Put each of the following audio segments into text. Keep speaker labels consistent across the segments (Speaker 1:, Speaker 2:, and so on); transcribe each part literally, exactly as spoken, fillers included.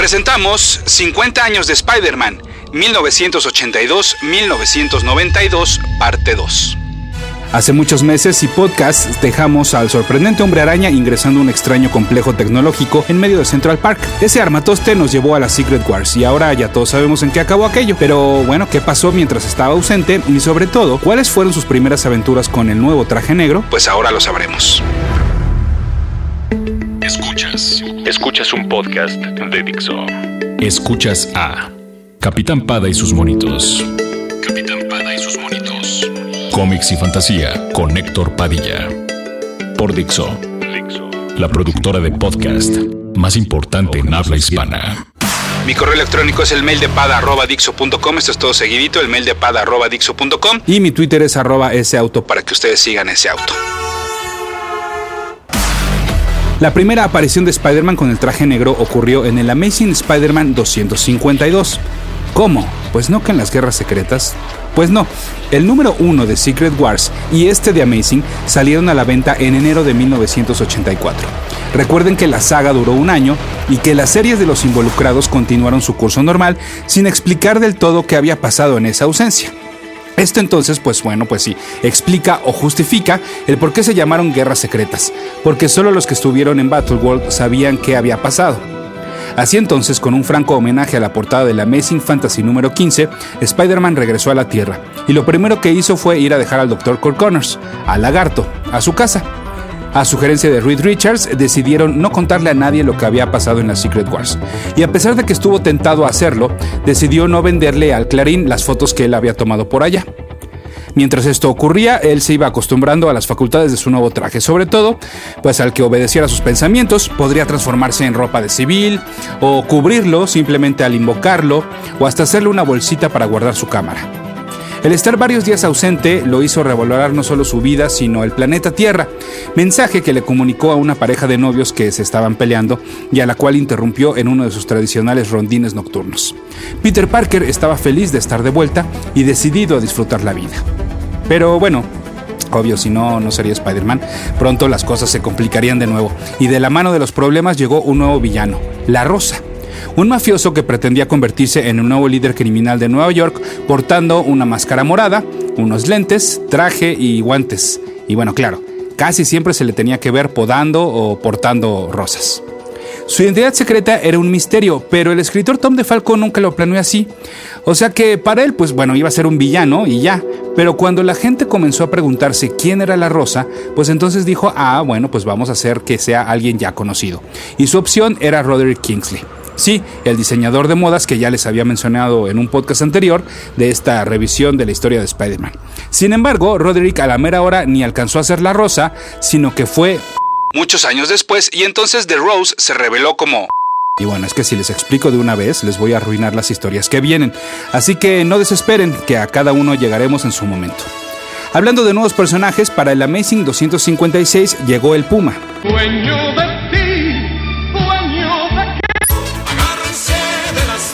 Speaker 1: presentamos cincuenta años de Spider-Man, mil novecientos ochenta y dos a mil novecientos noventa y dos, parte dos. Hace muchos meses y podcasts dejamos al sorprendente Hombre Araña ingresando a un extraño complejo tecnológico en medio de Central Park. Ese armatoste nos llevó a las Secret Wars y ahora ya todos sabemos en qué acabó aquello. Pero bueno, ¿qué pasó mientras estaba ausente? Y sobre todo, ¿cuáles fueron sus primeras aventuras con el nuevo traje negro? Pues ahora lo sabremos.
Speaker 2: Escuchas. Escuchas un podcast de Dixo. Escuchas a Capitán Pada y sus monitos. Capitán Pada y sus monitos. Cómics y fantasía con Héctor Padilla. Por Dixo, la productora de podcast más importante en habla hispana.
Speaker 1: Mi correo electrónico es el mail de pada arroba dixo punto com. Esto es todo seguidito, el mail de pada arroba dixo punto com. Y mi Twitter es arroba ese auto para que ustedes sigan ese auto. La primera aparición de Spider-Man con el traje negro ocurrió en el Amazing Spider-Man doscientos cincuenta y dos. ¿Cómo? Pues no que en las guerras secretas. Pues no, el número uno de Secret Wars y este de Amazing salieron a la venta en enero de mil novecientos ochenta y cuatro. Recuerden que la saga duró un año y que las series de los involucrados continuaron su curso normal sin explicar del todo qué había pasado en esa ausencia. Esto entonces, pues bueno, pues sí, explica o justifica el por qué se llamaron guerras secretas, porque solo los que estuvieron en Battleworld sabían qué había pasado. Así entonces, con un franco homenaje a la portada del Amazing Fantasy número quince, Spider-Man regresó a la Tierra, y lo primero que hizo fue ir a dejar al doctor Curt Connors, al Lagarto, a su casa. A sugerencia de Reed Richards, decidieron no contarle a nadie lo que había pasado en las Secret Wars, y a pesar de que estuvo tentado a hacerlo, decidió no venderle al Clarín las fotos que él había tomado por allá. Mientras esto ocurría, él se iba acostumbrando a las facultades de su nuevo traje, sobre todo, pues al que obedeciera sus pensamientos, podría transformarse en ropa de civil, o cubrirlo simplemente al invocarlo, o hasta hacerle una bolsita para guardar su cámara. El estar varios días ausente lo hizo revalorar no solo su vida, sino el planeta Tierra, mensaje que le comunicó a una pareja de novios que se estaban peleando y a la cual interrumpió en uno de sus tradicionales rondines nocturnos. Peter Parker estaba feliz de estar de vuelta y decidido a disfrutar la vida. Pero bueno, obvio, si no, no sería Spider-Man. Pronto las cosas se complicarían de nuevo, y de la mano de los problemas llegó un nuevo villano, La Rosa. Un mafioso que pretendía convertirse en un nuevo líder criminal de Nueva York portando una máscara morada, unos lentes, traje y guantes. Y bueno, claro, casi siempre se le tenía que ver podando o portando rosas. Su identidad secreta era un misterio, pero el escritor Tom DeFalco nunca lo planeó así. O sea que para él, pues bueno, iba a ser un villano y ya. Pero cuando la gente comenzó a preguntarse quién era La Rosa, pues entonces dijo, ah, bueno, pues vamos a hacer que sea alguien ya conocido. Y su opción era Roderick Kingsley. Sí, el diseñador de modas que ya les había mencionado en un podcast anterior de esta revisión de la historia de Spider-Man. Sin embargo, Roderick a la mera hora ni alcanzó a ser La Rosa, sino que fue muchos años después, y entonces The Rose se reveló como... Y bueno, es que si les explico de una vez, les voy a arruinar las historias que vienen. Así que no desesperen, que a cada uno llegaremos en su momento. Hablando de nuevos personajes, para el Amazing doscientos cincuenta y seis llegó el Puma.
Speaker 3: Dueño de ti, dueño de qué. Agárrense de las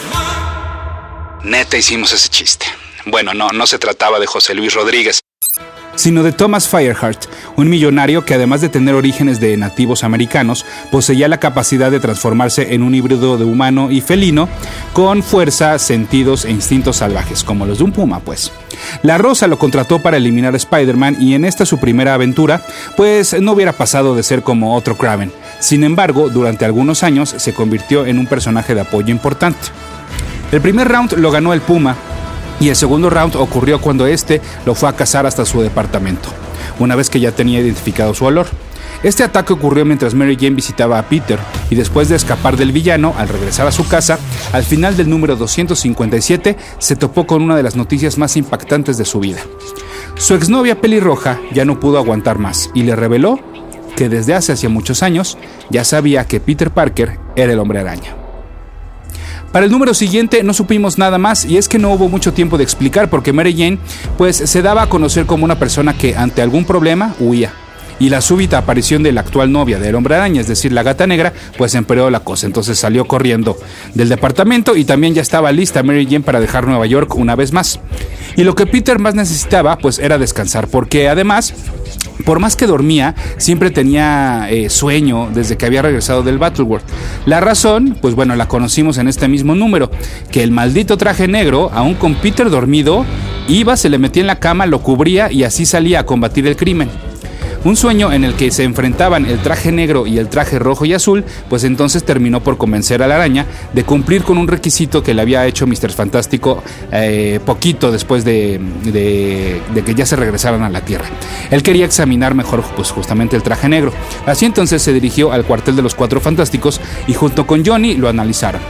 Speaker 3: manos.
Speaker 1: Neta hicimos ese chiste. Bueno, no, no se trataba de José Luis Rodríguez, sino de Thomas Fireheart, un millonario que además de tener orígenes de nativos americanos, poseía la capacidad de transformarse en un híbrido de humano y felino, con fuerza, sentidos e instintos salvajes, como los de un puma, pues. La Rosa lo contrató para eliminar a Spider-Man y en esta su primera aventura, pues no hubiera pasado de ser como otro Kraven. Sin embargo, durante algunos años se convirtió en un personaje de apoyo importante. El primer round lo ganó el Puma, y el segundo round ocurrió cuando este lo fue a cazar hasta su departamento, una vez que ya tenía identificado su olor. Este ataque ocurrió mientras Mary Jane visitaba a Peter, y después de escapar del villano, al regresar a su casa, al final del número doscientos cincuenta y siete, se topó con una de las noticias más impactantes de su vida. Su exnovia pelirroja ya no pudo aguantar más, y le reveló que desde hace hacía muchos años ya sabía que Peter Parker era el Hombre Araña. Para el número siguiente no supimos nada más, y es que no hubo mucho tiempo de explicar porque Mary Jane pues se daba a conocer como una persona que ante algún problema huía. Y la súbita aparición de la actual novia del Hombre Araña, es decir, la Gata Negra, pues empeoró la cosa. Entonces salió corriendo del departamento y también ya estaba lista Mary Jane para dejar Nueva York una vez más. Y lo que Peter más necesitaba pues era descansar, porque además Por más que dormía, siempre tenía eh, sueño desde que había regresado del Battleworld. La razón, pues bueno, la conocimos en este mismo número, que el maldito traje negro, aún con Peter dormido, iba, se le metía en la cama, lo cubría y así salía a combatir el crimen. Un sueño en el que se enfrentaban el traje negro y el traje rojo y azul, pues entonces terminó por convencer a la araña de cumplir con un requisito que le había hecho míster Fantástico eh, poquito después de, de, de que ya se regresaran a la Tierra. Él quería examinar mejor pues justamente el traje negro. Así entonces se dirigió al cuartel de los Cuatro Fantásticos y junto con Johnny lo analizaron.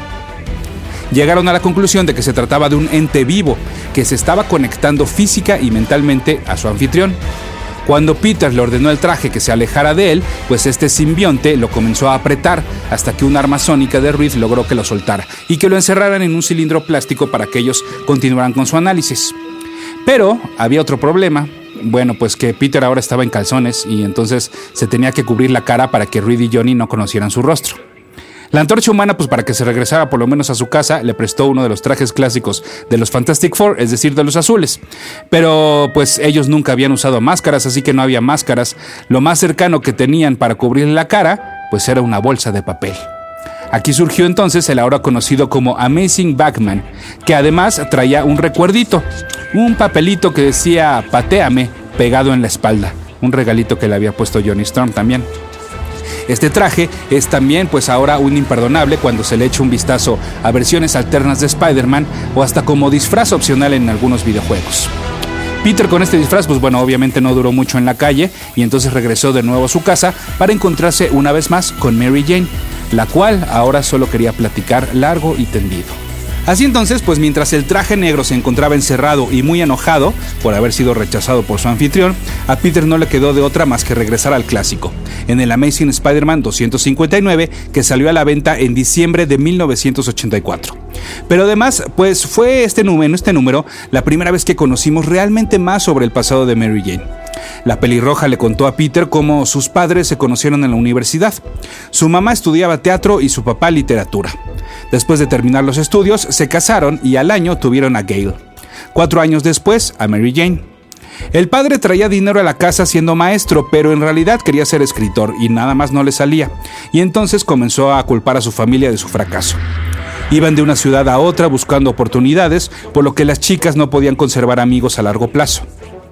Speaker 1: Llegaron a la conclusión de que se trataba de un ente vivo que se estaba conectando física y mentalmente a su anfitrión. Cuando Peter le ordenó al traje que se alejara de él, pues este simbionte lo comenzó a apretar hasta que un arma sónica de Reed logró que lo soltara y que lo encerraran en un cilindro plástico para que ellos continuaran con su análisis. Pero había otro problema. Bueno, pues que Peter ahora estaba en calzones y entonces se tenía que cubrir la cara para que Reed y Johnny no conocieran su rostro. La Antorcha Humana, pues para que se regresara por lo menos a su casa, le prestó uno de los trajes clásicos de los Fantastic Four, es decir, de los azules. Pero pues ellos nunca habían usado máscaras, así que no había máscaras. Lo más cercano que tenían para cubrirle la cara, pues era una bolsa de papel. Aquí surgió entonces el ahora conocido como Amazing Bagman, que además traía un recuerdito, un papelito que decía "patéame" pegado en la espalda, un regalito que le había puesto Johnny Storm también. Este traje es también pues ahora un imperdonable cuando se le echa un vistazo a versiones alternas de Spider-Man o hasta como disfraz opcional en algunos videojuegos. Peter con este disfraz pues bueno obviamente no duró mucho en la calle y entonces regresó de nuevo a su casa para encontrarse una vez más con Mary Jane, la cual ahora solo quería platicar largo y tendido. Así entonces, pues mientras el traje negro se encontraba encerrado y muy enojado por haber sido rechazado por su anfitrión, a Peter no le quedó de otra más que regresar al clásico, en el Amazing Spider-Man doscientos cincuenta y nueve, que salió a la venta en diciembre de mil novecientos ochenta y cuatro. Pero además, pues fue este número, este número la primera vez que conocimos realmente más sobre el pasado de Mary Jane. La pelirroja le contó a Peter cómo sus padres se conocieron en la universidad. Su mamá estudiaba teatro y su papá literatura. Después de terminar los estudios, se casaron y al año tuvieron a Gale. Cuatro años después, a Mary Jane. El padre traía dinero a la casa siendo maestro, pero en realidad quería ser escritor y nada más no le salía. Y entonces comenzó a culpar a su familia de su fracaso. Iban de una ciudad a otra buscando oportunidades, por lo que las chicas no podían conservar amigos a largo plazo.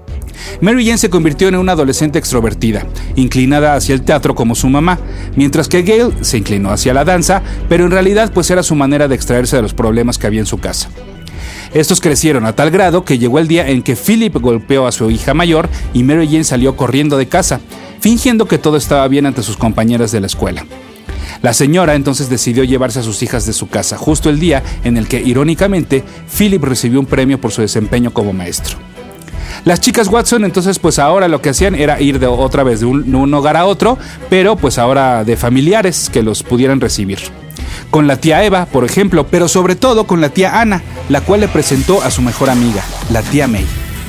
Speaker 1: Mary Jane se convirtió en una adolescente extrovertida, inclinada hacia el teatro como su mamá, mientras que Gale se inclinó hacia la danza, pero en realidad pues era su manera de extraerse de los problemas que había en su casa. Estos crecieron a tal grado que llegó el día en que Philip golpeó a su hija mayor y Mary Jane salió corriendo de casa, fingiendo que todo estaba bien ante sus compañeras de la escuela. La señora entonces decidió llevarse a sus hijas de su casa, justo el día en el que, irónicamente, Philip recibió un premio por su desempeño como maestro. Las chicas Watson entonces pues ahora lo que hacían era ir de otra vez de un, un hogar a otro, pero pues ahora de familiares que los pudieran recibir. Con la tía Eva, por ejemplo, pero sobre todo con la tía Ana, la cual le presentó a su mejor amiga, la tía May.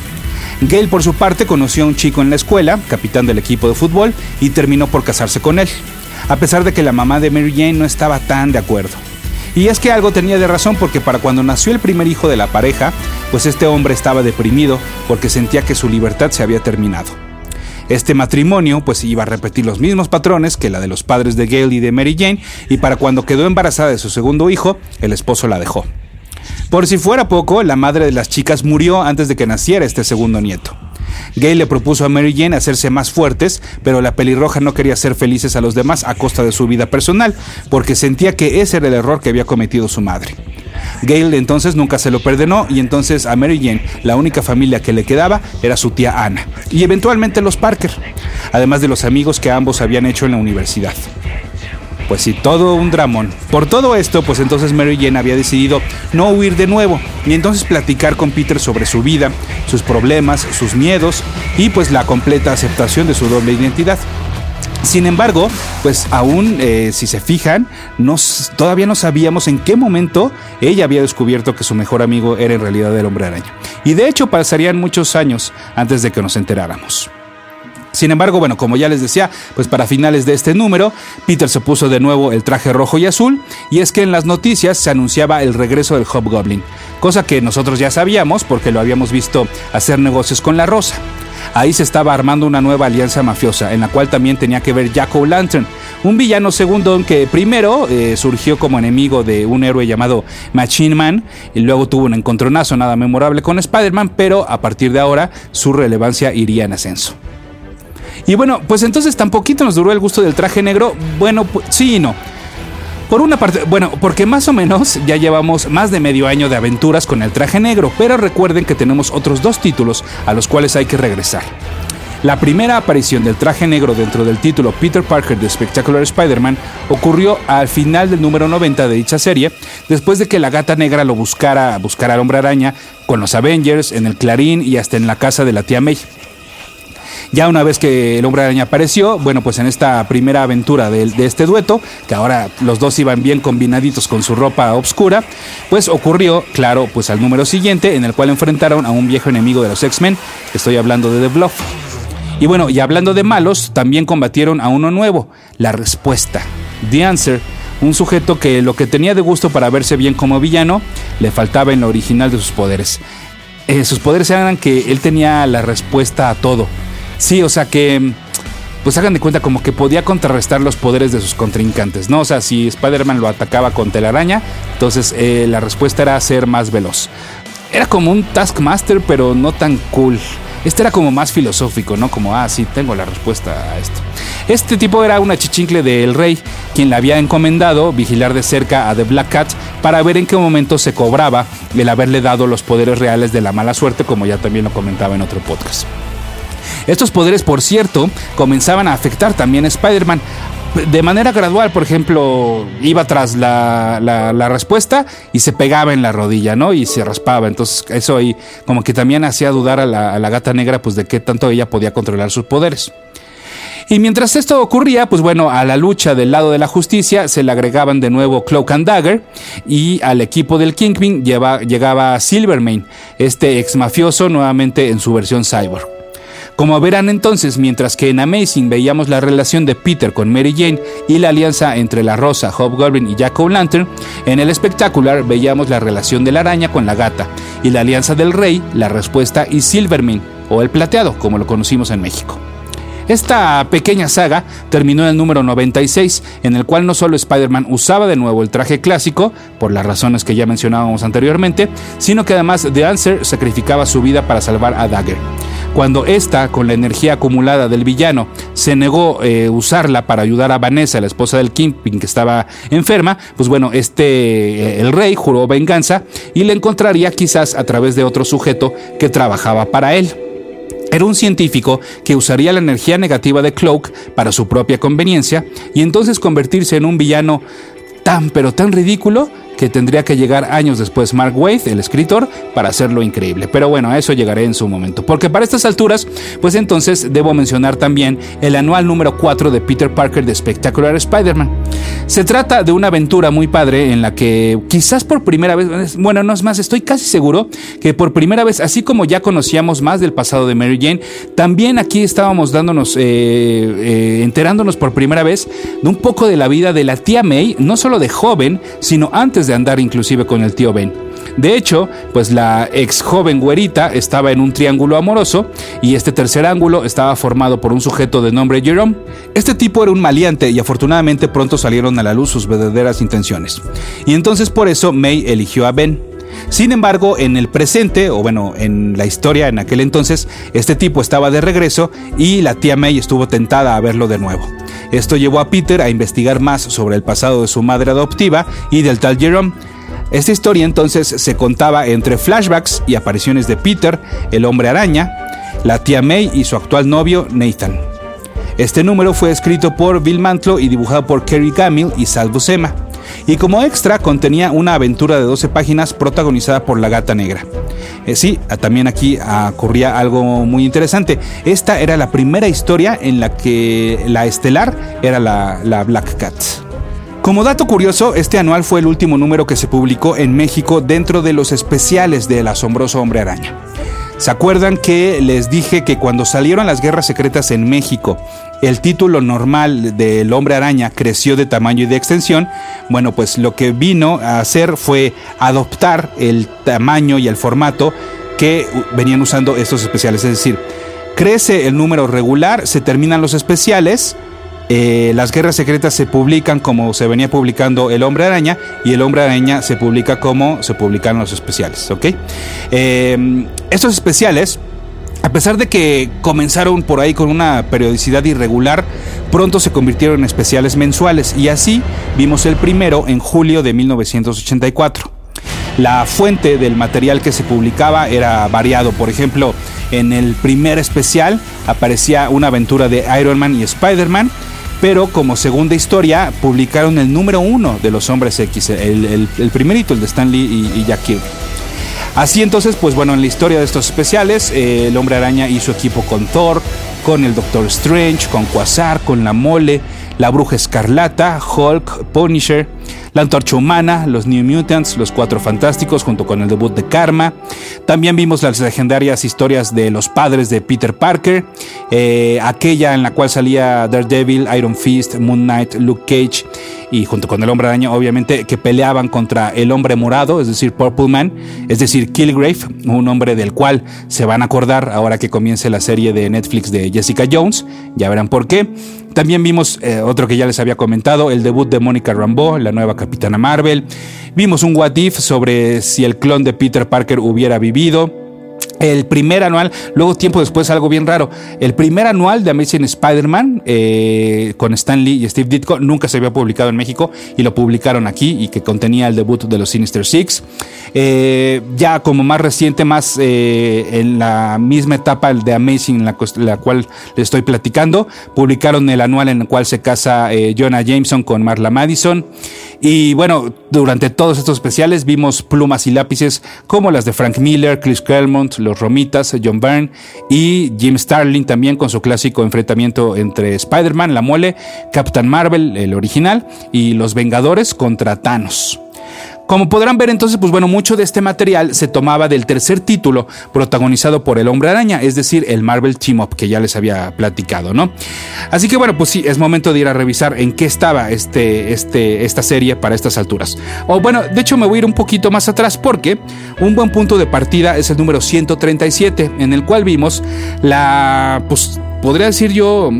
Speaker 1: Gale por su parte conoció a un chico en la escuela, capitán del equipo de fútbol, y terminó por casarse con él, a pesar de que la mamá de Mary Jane no estaba tan de acuerdo. Y es que algo tenía de razón, porque para cuando nació el primer hijo de la pareja, pues este hombre estaba deprimido porque sentía que su libertad se había terminado. Este matrimonio pues iba a repetir los mismos patrones que la de los padres de Gale y de Mary Jane, y para cuando quedó embarazada de su segundo hijo, el esposo la dejó. Por si fuera poco, la madre de las chicas murió antes de que naciera este segundo nieto. Gale le propuso a Mary Jane hacerse más fuertes, pero la pelirroja no quería hacer felices a los demás a costa de su vida personal, porque sentía que ese era el error que había cometido su madre. Gale entonces nunca se lo perdonó, y entonces a Mary Jane la única familia que le quedaba era su tía Ana, y eventualmente los Parker, además de los amigos que ambos habían hecho en la universidad. Pues sí, todo un dramón. Por todo esto, pues entonces Mary Jane había decidido no huir de nuevo, y entonces platicar con Peter sobre su vida, sus problemas, sus miedos, y pues la completa aceptación de su doble identidad. Sin embargo, pues aún, eh, si se fijan, no, todavía no sabíamos en qué momento ella había descubierto que su mejor amigo era en realidad el Hombre Araña. Y de hecho pasarían muchos años antes de que nos enteráramos. Sin embargo, bueno, como ya les decía, pues para finales de este número, Peter se puso de nuevo el traje rojo y azul, y es que en las noticias se anunciaba el regreso del Hobgoblin, cosa que nosotros ya sabíamos porque lo habíamos visto hacer negocios con la Rosa. Ahí se estaba armando una nueva alianza mafiosa, en la cual también tenía que ver Jack-O-Lantern, un villano segundón que primero eh, surgió como enemigo de un héroe llamado Machine Man, y luego tuvo un encontronazo nada memorable con Spider-Man, pero a partir de ahora su relevancia iría en ascenso. Y bueno, pues entonces tan poquito nos duró el gusto del traje negro. Bueno, pues, sí y no. Por una parte, bueno, porque más o menos ya llevamos más de medio año de aventuras con el traje negro, pero recuerden que tenemos otros dos títulos a los cuales hay que regresar. La primera aparición del traje negro dentro del título Peter Parker The Spectacular Spider-Man ocurrió al final del número noventa de dicha serie, después de que la Gata Negra lo buscara, buscara al Hombre Araña con los Avengers, en el Clarín y hasta en la casa de la tía May. Ya una vez que el Hombre Araña apareció, bueno, pues en esta primera aventura de, de este dueto, que ahora los dos iban bien combinaditos con su ropa oscura, pues ocurrió, claro, pues al número siguiente, en el cual enfrentaron a un viejo enemigo de los X-Men. Estoy hablando de The Bluff. Y bueno, y hablando de malos, también combatieron a uno nuevo, La Respuesta, The Answer, un sujeto que lo que tenía de gusto para verse bien como villano, le faltaba en lo original de sus poderes. Eh, sus poderes eran que él tenía la respuesta a todo. Sí, o sea que, pues hagan de cuenta como que podía contrarrestar los poderes de sus contrincantes, ¿no? O sea, si Spider-Man lo atacaba con telaraña, entonces eh, la respuesta era ser más veloz. Era como un Taskmaster, pero no tan cool. Este era como más filosófico, ¿no? Como, ah, sí, tengo la respuesta a esto. Este tipo era una chichincle del Rey, quien le había encomendado vigilar de cerca a The Black Cat para ver en qué momento se cobraba el haberle dado los poderes reales de la mala suerte, como ya también lo comentaba en otro podcast. Estos poderes, por cierto, comenzaban a afectar también a Spider-Man de manera gradual. Por ejemplo, iba tras la, la, la respuesta y se pegaba en la rodilla, ¿no? Y se raspaba. Entonces eso ahí como que también hacía dudar a la, a la Gata Negra, pues de qué tanto ella podía controlar sus poderes. Y mientras esto ocurría, pues bueno, a la lucha del lado de la justicia se le agregaban de nuevo Cloak and Dagger, y al equipo del Kingpin lleva, llegaba Silvermane, este ex mafioso nuevamente en su versión cyborg. Como verán entonces, mientras que en Amazing veíamos la relación de Peter con Mary Jane y la alianza entre la Rosa, Hobgoblin y Jack-O-Lantern, en el Spectacular veíamos la relación de la Araña con la Gata y la alianza del Rey, la Respuesta y Silvermane, o el Plateado, como lo conocimos en México. Esta pequeña saga terminó en el número noventa y seis, en el cual no solo Spider-Man usaba de nuevo el traje clásico, por las razones que ya mencionábamos anteriormente, sino que además The Answer sacrificaba su vida para salvar a Dagger. Cuando ésta, con la energía acumulada del villano, se negó eh, usarla para ayudar a Vanessa, la esposa del Kingpin, que estaba enferma, pues bueno, este, eh, el Rey juró venganza y le encontraría quizás a través de otro sujeto que trabajaba para él. Era un científico que usaría la energía negativa de Cloak para su propia conveniencia y entonces convertirse en un villano tan pero tan ridículo que tendría que llegar años después Mark Waid, el escritor, para hacerlo increíble. Pero bueno, a eso llegaré en su momento. Porque para estas alturas, pues entonces debo mencionar también el anual número cuatro de Peter Parker de Spectacular Spider-Man. Se trata de una aventura muy padre en la que quizás por primera vez, bueno, no es más, estoy casi seguro que por primera vez, así como ya conocíamos más del pasado de Mary Jane, también aquí estábamos dándonos, eh, eh, enterándonos por primera vez de un poco de la vida de la tía May, no solo de joven, sino antes de andar inclusive con el tío Ben. De hecho, pues la ex joven güerita estaba en un triángulo amoroso y este tercer ángulo estaba formado por un sujeto de nombre Jerome. Este tipo era un maleante y afortunadamente pronto salieron a la luz sus verdaderas intenciones. Y entonces por eso May eligió a Ben. Sin embargo, en el presente, o bueno, en la historia en aquel entonces, este tipo estaba de regreso y la tía May estuvo tentada a verlo de nuevo. Esto llevó a Peter a investigar más sobre el pasado de su madre adoptiva y del tal Jerome. Esta historia entonces se contaba entre flashbacks y apariciones de Peter, el Hombre Araña, la tía May y su actual novio Nathan. Este número fue escrito por Bill Mantlo y dibujado por Kerry Gammill y Sal Buscema. Y como extra contenía una aventura de doce páginas protagonizada por la Gata Negra. Eh, sí, también aquí ocurría algo muy interesante. Esta era la primera historia en la que la estelar era la, la Black Cat. Como dato curioso, este anual fue el último número que se publicó en México dentro de los especiales del asombroso Hombre Araña. ¿Se acuerdan que les dije que cuando salieron las Guerras Secretas en México, el título normal del Hombre Araña creció de tamaño y de extensión? Bueno, pues lo que vino a hacer fue adoptar el tamaño y el formato que venían usando estos especiales. Es decir, crece el número regular, se terminan los especiales, eh, las Guerras Secretas se publican como se venía publicando el Hombre Araña, y el Hombre Araña se publica como se publican los especiales, ¿ok? Eh, estos especiales, a pesar de que comenzaron por ahí con una periodicidad irregular, pronto se convirtieron en especiales mensuales, y así vimos el primero en julio de mil novecientos ochenta y cuatro. La fuente del material que se publicaba era variado. Por ejemplo, en el primer especial aparecía una aventura de Iron Man y Spider-Man, pero como segunda historia publicaron el número uno de los Hombres X, el, el, el primerito, el de Stan Lee y, y Jack Kirby. Así entonces, pues bueno, en la historia de estos especiales, eh, el Hombre Araña hizo equipo con Thor, con el Doctor Strange, con Quasar, con la Mole, la Bruja Escarlata, Hulk, Punisher, la Antorcha Humana, los New Mutants, los Cuatro Fantásticos, junto con el debut de Karma. También vimos las legendarias historias de los padres de Peter Parker, eh, aquella en la cual salía Daredevil, Iron Fist, Moon Knight, Luke Cage, y junto con el Hombre Araña, obviamente, que peleaban contra el Hombre Morado, es decir, Purple Man, es decir, Killgrave, un hombre del cual se van a acordar ahora que comience la serie de Netflix de Jessica Jones, ya verán por qué. También vimos eh, otro que ya les había comentado, el debut de Mónica Rambeau, la nueva Capitana Marvel. Vimos un What If sobre si el clon de Peter Parker hubiera vivido. El primer anual, luego tiempo después algo bien raro, el primer anual de Amazing Spider-Man eh, con Stan Lee y Steve Ditko nunca se había publicado en México y lo publicaron aquí, y que contenía el debut de los Sinister Six. Eh, ya como más reciente, más eh, en la misma etapa de Amazing, en la, la cual les estoy platicando, publicaron el anual en el cual se casa eh, Jonah Jameson con Marla Madison. Y bueno, durante todos estos especiales vimos plumas y lápices como las de Frank Miller, Chris Claremont, los Romitas, John Byrne y Jim Starlin, también con su clásico enfrentamiento entre Spider-Man, la Mole, Captain Marvel, el original, y los Vengadores contra Thanos. Como podrán ver entonces, pues bueno, mucho de este material se tomaba del tercer título protagonizado por el Hombre Araña, es decir, el Marvel Team Up, que ya les había platicado, ¿no? Así que bueno, pues sí, es momento de ir a revisar en qué estaba este, este, esta serie para estas alturas. O bueno, de hecho me voy a ir un poquito más atrás, porque un buen punto de partida es el número ciento treinta y siete, en el cual vimos la, pues podría decir yo,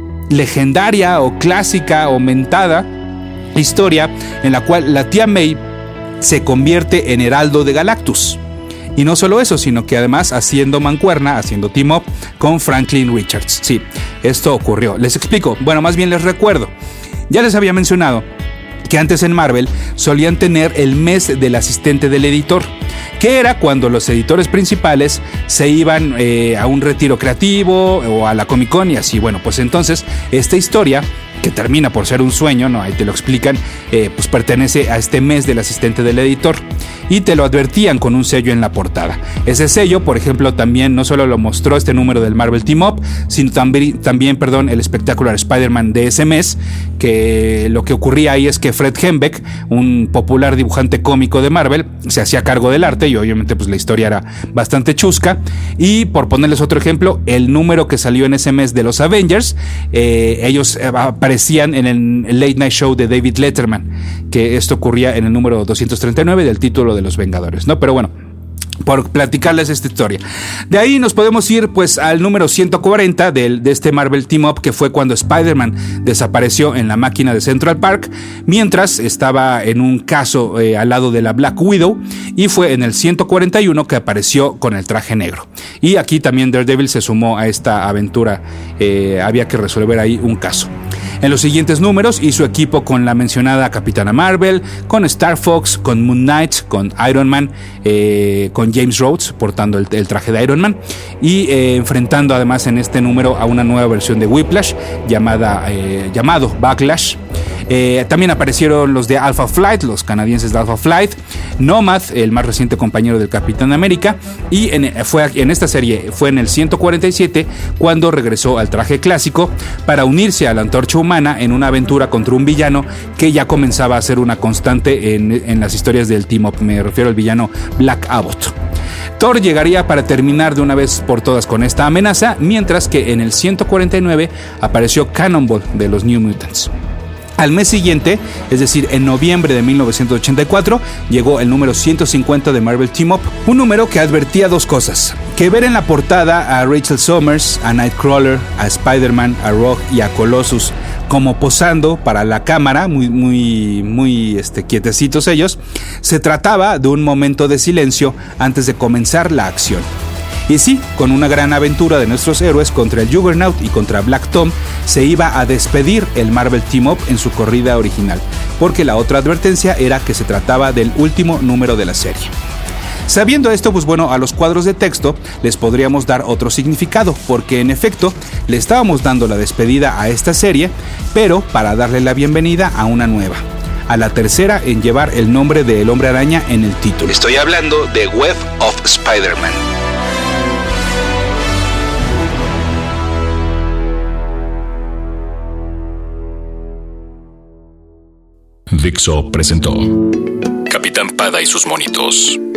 Speaker 1: legendaria o clásica o mentada historia en la cual la tía May se convierte en Heraldo de Galactus. Y no solo eso, sino que además haciendo mancuerna, haciendo team up con Franklin Richards. Sí, esto ocurrió. Les explico, bueno, más bien les recuerdo. Ya les había mencionado que antes en Marvel solían tener el mes del asistente del editor, que era cuando los editores principales se iban eh, a un retiro creativo o a la Comic Con y así. Bueno, pues entonces esta historia, que termina por ser un sueño, ¿no? Ahí te lo explican, eh, pues pertenece a este mes del asistente del editor, y te lo advertían con un sello en la portada. Ese sello, por ejemplo, también no solo lo mostró este número del Marvel Team Up, sino también, también perdón, el Spectacular Spider-Man de ese mes, que lo que ocurría ahí es que Fred Hembeck, un popular dibujante cómico de Marvel, se hacía cargo del arte, y obviamente pues la historia era bastante chusca. Y por ponerles otro ejemplo, el número que salió en ese mes de los Avengers, eh, ellos aparecían en el Late Night Show de David Letterman, que esto ocurría en el número doscientos treinta y nueve del título de los Vengadores, ¿no? Pero bueno, por platicarles esta historia. De ahí nos podemos ir pues al número ciento cuarenta del, de este Marvel Team Up, que fue cuando Spider-Man desapareció en la máquina de Central Park mientras estaba en un caso eh, al lado de la Black Widow, y fue en el ciento cuarenta y uno que apareció con el traje negro. Y aquí también Daredevil se sumó a esta aventura, eh, había que resolver ahí un caso. En los siguientes números hizo equipo con la mencionada Capitana Marvel, con Star Fox, con Moon Knight, con Iron Man, eh, con James Rhodes portando el, el traje de Iron Man, y eh, enfrentando además en este número a una nueva versión de Whiplash llamada, eh, llamado Backlash. Eh, también aparecieron los de Alpha Flight, los canadienses de Alpha Flight, Nomad, el más reciente compañero del Capitán América, y en, fue, en esta serie fue en el ciento cuarenta y siete cuando regresó al traje clásico para unirse a la Antorcha Humana en una aventura contra un villano que ya comenzaba a ser una constante en, en las historias del Team Up. Me refiero al villano Black Abbott. Thor llegaría para terminar de una vez por todas con esta amenaza, mientras que en el ciento cuarenta y nueve apareció Cannonball de los New Mutants. Al mes siguiente, es decir, en noviembre de mil novecientos ochenta y cuatro, llegó el número ciento cincuenta de Marvel Team Up, un número que advertía dos cosas: que ver en la portada a Rachel Summers, a Nightcrawler, a Spider-Man, a Rogue y a Colossus como posando para la cámara, muy, muy, muy este, quietecitos ellos, se trataba de un momento de silencio antes de comenzar la acción. Y sí, con una gran aventura de nuestros héroes contra el Juggernaut y contra Black Tom, se iba a despedir el Marvel Team Up en su corrida original, porque la otra advertencia era que se trataba del último número de la serie. Sabiendo esto, pues bueno, a los cuadros de texto les podríamos dar otro significado, porque en efecto le estábamos dando la despedida a esta serie, pero para darle la bienvenida a una nueva, a la tercera en llevar el nombre de El Hombre Araña en el título. Estoy hablando de Web of Spider-Man.
Speaker 2: Dixo presentó Capitán Pada y sus monitos.